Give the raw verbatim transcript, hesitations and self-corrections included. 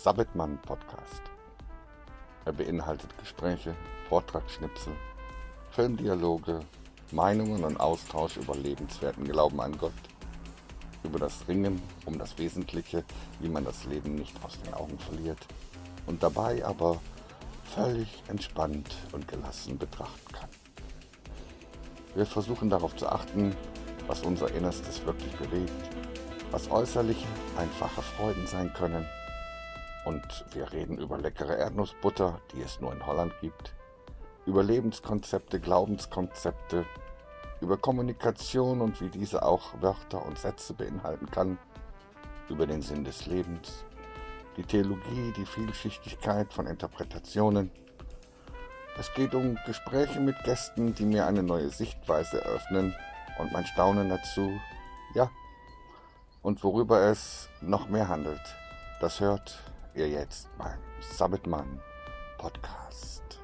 Sabitmann Podcast. Er beinhaltet Gespräche, Vortragsschnipsel, Filmdialoge, Meinungen und Austausch über lebenswerten Glauben an Gott, über das Ringen um das Wesentliche, wie man das Leben nicht aus den Augen verliert und dabei aber völlig entspannt und gelassen betrachten kann. Wir versuchen darauf zu achten, was unser Innerstes wirklich bewegt, was äußerliche, einfache Freuden sein können. Und wir reden über leckere Erdnussbutter, die es nur in Holland gibt, über Lebenskonzepte, Glaubenskonzepte, über Kommunikation und wie diese auch Wörter und Sätze beinhalten kann, über den Sinn des Lebens, die Theologie, die Vielschichtigkeit von Interpretationen. Es geht um Gespräche mit Gästen, die mir eine neue Sichtweise eröffnen und mein Staunen dazu, ja, und worüber es noch mehr handelt. Das hört ihr jetzt beim Sabitmann Podcast.